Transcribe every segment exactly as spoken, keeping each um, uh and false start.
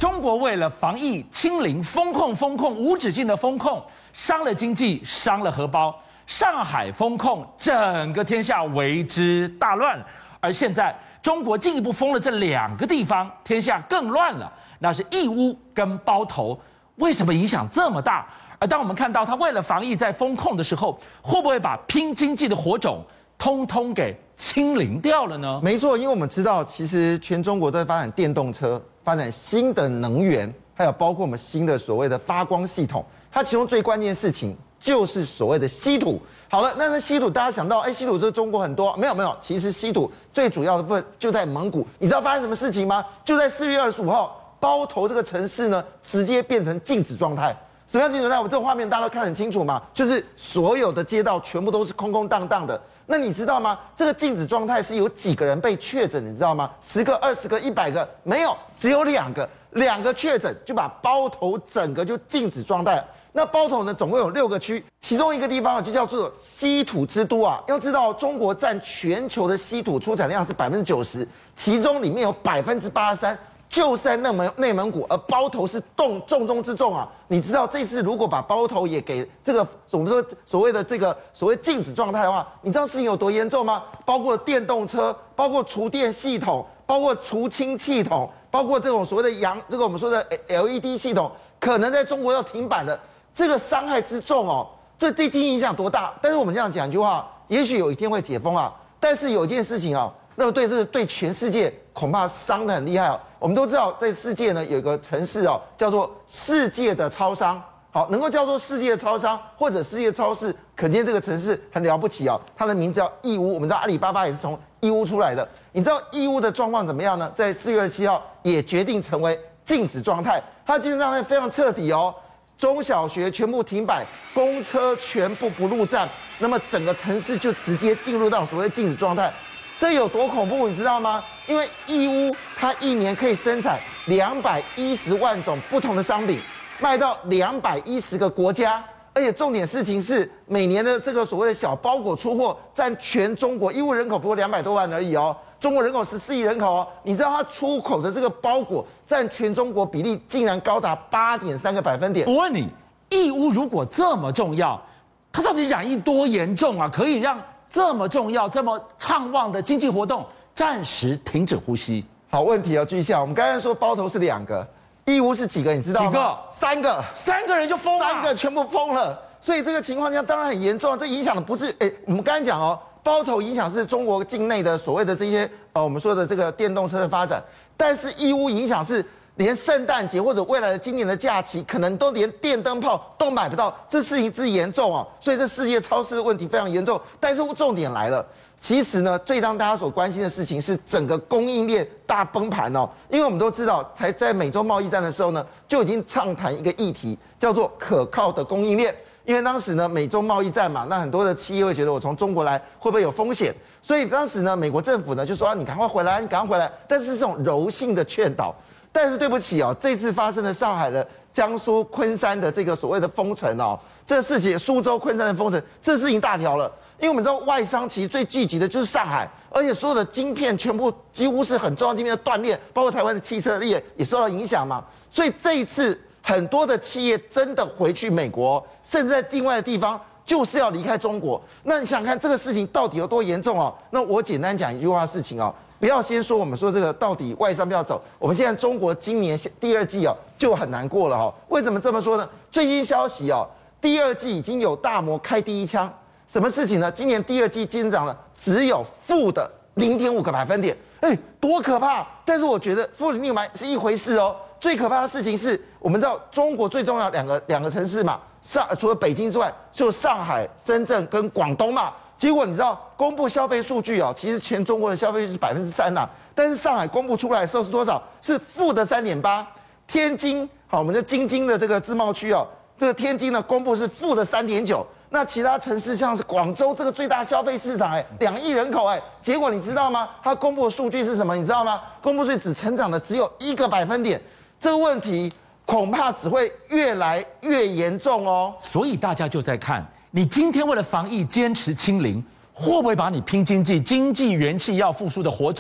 中国为了防疫清零、风控、风控无止境的风控，伤了经济，伤了荷包。上海封控，整个天下为之大乱。而现在中国进一步封了这两个地方，天下更乱了。那是义乌跟包头，为什么影响这么大？而当我们看到他为了防疫在封控的时候，会不会把拼经济的火种通通给清零掉了呢？ 没错，因为我们知道，其实全中国都在发展电动车，发展新的能源，还有包括我们新的所谓的发光系统。它其中最关键的事情就是所谓的稀土。好了，那那稀土大家想到，哎，稀土这中国很多，没有没有，其实稀土最主要的部分就在蒙古。你知道发生什么事情吗？就在四月二十五号，包头这个城市呢，直接变成静止状态。什么样静止状态？我这个画面大家都看得很清楚嘛，就是所有的街道全部都是空空荡荡的。那你知道吗？这个静止状态是有几个人被确诊，你知道吗？十个、二十个、一百个，没有，只有两个，两个确诊就把包头整个就静止状态。那包头呢，总共有六个区，其中一个地方就叫做稀土之都啊。要知道，中国占全球的稀土出产量是百分之九十，其中里面有百分之八十三就是在内蒙内蒙古，而包头是重重中之重啊。你知道这次如果把包头也给这个我们说所谓的这个所谓静止状态的话，你知道事情有多严重吗？包括电动车，包括厨电系统，包括除氢系统，包括这种所谓的阳这个我们说的 L E D 系统，可能在中国要停摆的。这个伤害之重哦，这对经济影响多大？但是我们这样讲一句话，也许有一天会解封啊。但是有一件事情啊，那么对这个对全世界恐怕伤得很厉害哦。我们都知道，在世界呢有一个城市哦，叫做世界的超商。好，能够叫做世界的超商或者世界超市，可见这个城市很了不起哦。它的名字叫义乌，我们知道阿里巴巴也是从义乌出来的。你知道义乌的状况怎么样呢？在四月二十七号也决定成为静止状态，它静止状态非常彻底哦。中小学全部停摆，公车全部不入站，那么整个城市就直接进入到所谓静止状态。这有多恐怖，你知道吗？因为义乌它一年可以生产两百一十万种不同的商品，卖到两百一十个国家，而且重点事情是，每年的这个所谓的小包裹出货占全中国义乌人口不过两百多万而已哦。中国人口十四亿人口哦，你知道它出口的这个包裹占全中国比例竟然高达八点三个百分点。 我问你，义乌如果这么重要，它到底染疫多严重啊？可以让这么重要、这么畅旺的经济活动暂时停止呼吸？ 好问题哦，巨象。我们刚才说包头是两个，义乌是几个？你知道吗？ 几个？ 三个， 三个人就封了， 三个全部封了。所以这个情况下当然很严重，这影响的不是哎，我们刚才讲哦。包头影响是中国境内的所谓的这些呃，我们说的这个电动车的发展，但是义乌影响是连圣诞节或者未来的今年的假期，可能都连电灯泡都买不到，这事情之严重哦。所以这世界超市的问题非常严重。但是重点来了，其实呢，最让大家所关心的事情是整个供应链大崩盘哦。因为我们都知道，才在美洲贸易战的时候呢，就已经畅谈一个议题，叫做可靠的供应链。因为当时呢，美洲贸易战嘛，那很多的企业会觉得我从中国来会不会有风险？所以当时呢，美国政府呢就说啊，你赶快回来，你赶快回来。但是是这种柔性的劝导。但是对不起哦，这次发生的上海的、江苏昆山的这个所谓的封城哦，这事情苏州、昆山的封城，这事情大条了。因为我们知道外商其实最聚集的就是上海，而且所有的晶片全部几乎是很重要晶片的断裂，包括台湾的汽车业也受到影响嘛。所以这一次。很多的企业真的回去美国，甚至在另外的地方，就是要离开中国。那你想想看这个事情到底有多严重哦？那我简单讲一句话事情哦，不要先说我们说这个到底外商不要走，我们现在中国今年第二季哦就很难过了哈、哦。为什么这么说呢？最新消息哦，第二季已经有大摩开第一枪，什么事情呢？今年第二季增长了只有负的零点五个百分点，哎，多可怕！但是我觉得负零点五是一回事哦。最可怕的事情是我们知道中国最重要两个两个城市嘛，上除了北京之外，就上海、深圳跟广东嘛。结果你知道公布消费数据哦，其实全中国的消费是百分之三呐，但是上海公布出来的时候是多少？是负的三点八。天津好，我们的京津的这个自贸区哦，这个天津呢公布是负的三点九。那其他城市像是广州这个最大消费市场，哎，两亿人口，哎，结果你知道吗？它公布的数据是什么？你知道吗？公布数据只成长的只有一个百分点。这个问题恐怕只会越来越严重哦。 所以大家就在看，你今天为了防疫坚持清零，会不会把你拼经济、经济元气要复苏的火种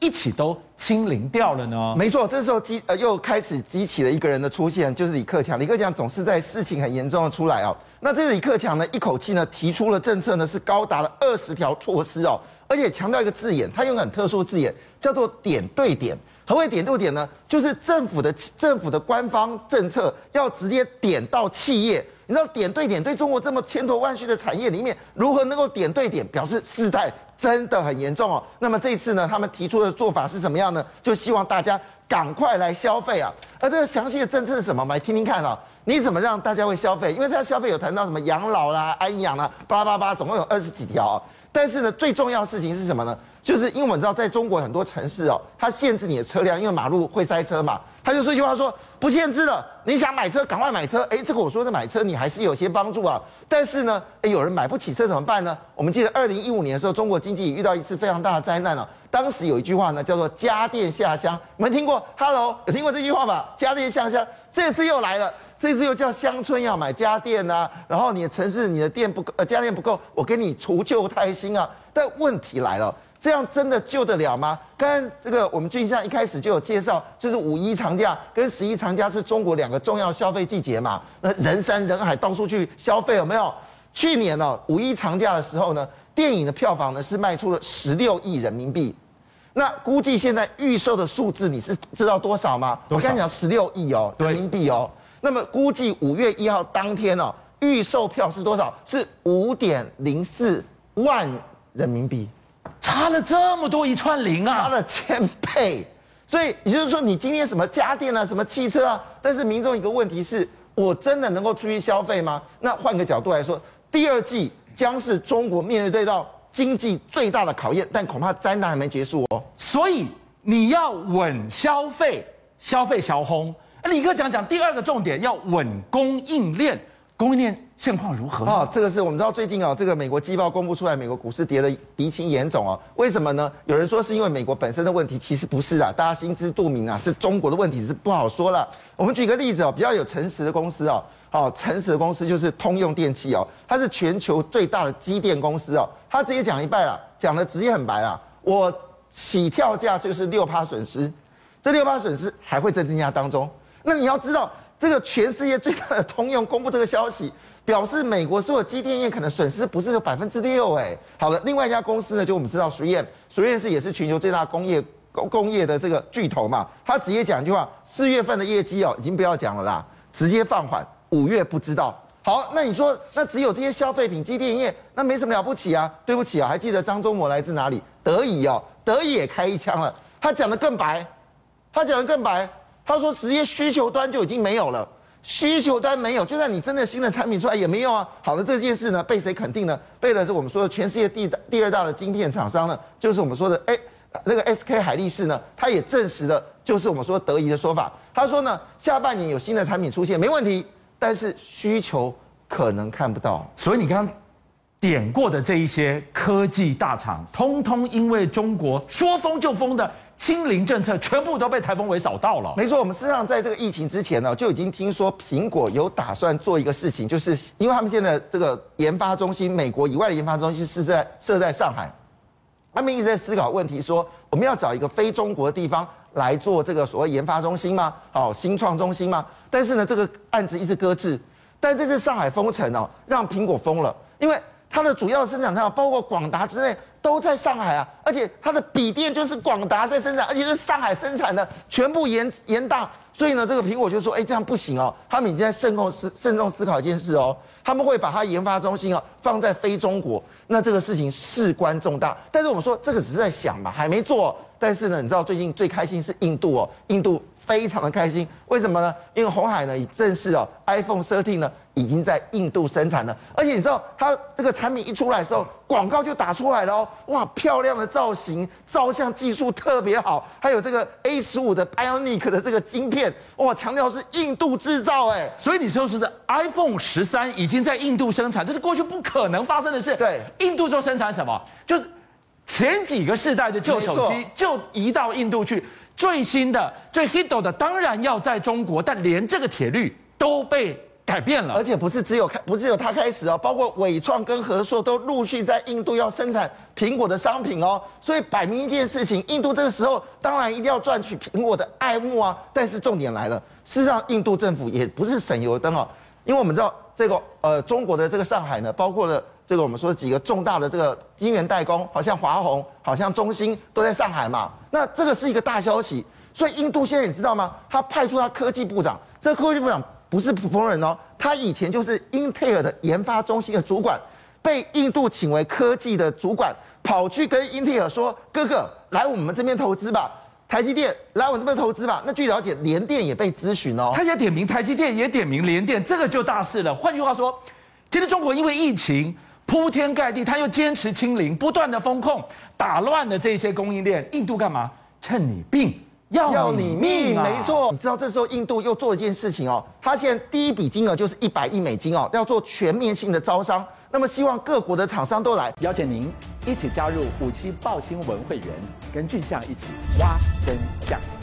一起都清零掉了呢？ 没错，这时候激呃又开始激起了一个人的出现，就是李克强。李克强总是在事情很严重的出来哦。那这个李克强呢，一口气呢提出了政策呢是高达了二十条措施哦，而且强调一个字眼，他用很特殊的字眼，叫做点对点。何谓点对点呢？就是政府的政府的官方政策要直接点到企业。你知道点对点对中国这么千头万绪的产业里面，如何能够点对点，表示事态真的很严重哦。那么这一次呢，他们提出的做法是什么样呢？就希望大家赶快来消费啊。而这个详细的政策是什么？我们来听听看啊。你怎么让大家会消费？因为它消费有谈到什么养老啦、安养啦，巴拉巴拉，总共有二十几条啊。但是呢，最重要的事情是什么呢？就是因为我们知道，在中国很多城市哦，它限制你的车辆，因为马路会塞车嘛。他就说一句话说，不限制了，你想买车赶快买车。哎，这个我说的买车你还是有些帮助啊。但是呢，哎，有人买不起车怎么办呢？我们记得二零一五年的时候，中国经济也遇到一次非常大的灾难哦。当时有一句话呢，叫做家电下乡，你们听过 ？Hello， 有听过这句话吗？家电下乡，这次又来了。这次又叫乡村要买家电啊，然后你的城市你的电不够，呃，家电不够，我给你除旧泰新啊。但问题来了，这样真的救得了吗？刚刚这个我们俊相一开始就有介绍，就是五一长假跟十一长假是中国两个重要消费季节嘛，那人山人海，到处去消费，有没有？去年呢、哦，五一长假的时候呢，电影的票房呢是卖出了十六亿人民币。那估计现在预售的数字你是知道多少吗？我刚才讲十六亿哦，人民币哦。那么估计五月一号当天哦，预售票是多少？是五点零四万人民币， 差了这么多一串零啊， 差了千倍。所以也就是说，你今天什么家电啊，什么汽车啊，但是民众一个问题是，我真的能够出去消费吗？那换个角度来说，第二季将是中国面对到经济最大的考验，但恐怕灾难还没结束哦。 所以你要稳消费，消费小红。李克强讲第二个重点要稳供应链，供应链现况如何？ 哦，这个是我们知道最近啊、哦，这个美国季报公布出来，美国股市跌得敌情严重哦。为什么呢？有人说是因为美国本身的问题，其实不是啊，大家心知肚明啊，是中国的问题，是不好说了。我们举个例子哦，比较有诚实的公司哦，好、哦，诚实的公司就是通用电气哦，它是全球最大的机电公司哦，它直接讲一半了，讲的直接很白啦，我起跳价就是六趴损失，这六趴损失还会在增加当中。那你要知道，这个全世界最大的通用公布这个消息，表示美国所有机电业可能损失不是有百分之六哎。好了，另外一家公司呢，就我们知道苏燕，苏燕是也是全球最大工业工工业的这个巨头嘛，他直接讲一句话，四月份的业绩哦，已经不要讲了啦，直接放缓，五月不知道。好，那你说，那只有这些消费品机电业，那没什么了不起啊？对不起啊，还记得张忠谋来自哪里？德仪哦，德仪也开一枪了，他讲得更白，他讲得更白。他说直接需求端就已经没有了，需求端没有，就算你真的新的产品出来也没有啊。好了，这件事呢被谁肯定呢？被的是我们说的全世界第第二大的晶片厂商呢，就是我们说的哎那个 S K 海力士呢，他也证实了，就是我们说德仪的说法。他说呢，下半年有新的产品出现没问题，但是需求可能看不到。 所以你刚刚点过的这一些科技大厂，通通因为中国说封就封的清零政策，全部都被台风尾扫到了。 没错，我们事实上在这个疫情之前呢，就已经听说苹果有打算做一个事情，就是因为他们现在这个研发中心，美国以外的研发中心是在设在上海，他们一直在思考问题说，我们要找一个非中国的地方来做这个所谓研发中心吗？好，新创中心吗？但是呢，这个案子一直搁置。但这次上海封城哦，让苹果疯了，因为它的主要生产厂包括广达之类都在上海啊，而且它的笔电就是广达在生产，而且是上海生产的，全部延延档。所以呢，这个苹果就说，哎，这样不行哦，他们已经在慎重思慎重思考一件事哦，他们会把它研发中心哦放在非中国，那这个事情事关重大。但是我们说这个只是在想嘛，还没做。但是呢，你知道最近最开心是印度哦，印度非常的开心，为什么呢？因为鸿海呢已正式哦 iPhone 十三呢已经在印度生产了，而且你知道它这个产品一出来的时候，广告就打出来了哦，哇，漂亮的造型，照相技术特别好，还有这个 A 十五的 Bionic 的这个晶片，哇，强调是印度制造哎， 所以你说是这 iPhone 十三已经在印度生产，这是过去不可能发生的事。 对， 印度说生产什么？就是前几个世代的旧手机就移到印度去，最新的、最 hit 的当然要在中国，但连这个铁律都被改改变了， 而且不是只有开，不是只有它开始哦，包括伟创跟和硕都陆续在印度要生产苹果的商品哦，所以摆明一件事情，印度这个时候当然一定要赚取苹果的爱慕啊。但是重点来了，事实上印度政府也不是省油灯哦，因为我们知道这个呃中国的这个上海呢，包括了这个我们说几个重大的这个晶圆代工，好像华虹、好像中芯都在上海嘛，那这个是一个大消息。所以印度现在你知道吗？他派出他科技部长，这个科技部长不是普通人哦，他以前就是英特尔的研发中心的主管，被印度请为科技的主管，跑去跟英特尔说：“哥哥，来我们这边投资吧。”台积电来我这边投资吧。那据了解，联电也被咨询哦， 他也点名台积电，也点名联电，这个就大事了。换句话说，其实中国因为疫情铺天盖地，他又坚持清零，不断的封控，打乱了这些供应链。印度干嘛？趁你病。要你命啊！ 没错，你知道这时候印度又做一件事情哦，他现在第一笔金额就是一百亿美金哦，要做全面性的招商，那么希望各国的厂商都来， 邀请您一起加入五七爆新闻会员，跟俊相一起挖真相。